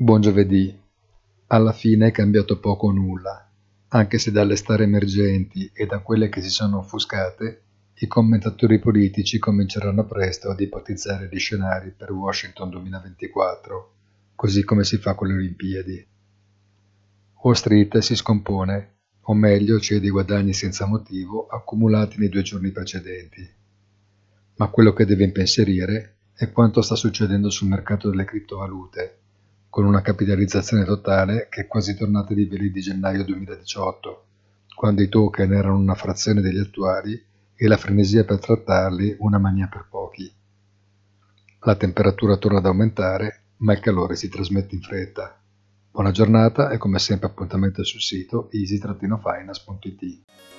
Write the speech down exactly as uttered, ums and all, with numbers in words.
Buon giovedì. Alla fine è cambiato poco o nulla, anche se dalle star emergenti e da quelle che si sono offuscate, i commentatori politici cominceranno presto ad ipotizzare gli scenari per Washington duemilaventiquattro, così come si fa con le Olimpiadi. Wall Street si scompone, o meglio cede i guadagni senza motivo accumulati nei due giorni precedenti. Ma quello che deve impensierire è quanto sta succedendo sul mercato delle criptovalute, con una capitalizzazione totale che è quasi tornata ai livelli di gennaio duemiladiciotto, quando i token erano una frazione degli attuali e la frenesia per trattarli una mania per pochi. La temperatura torna ad aumentare, ma il calore si trasmette in fretta. Buona giornata e come sempre appuntamento sul sito easy finance punto it.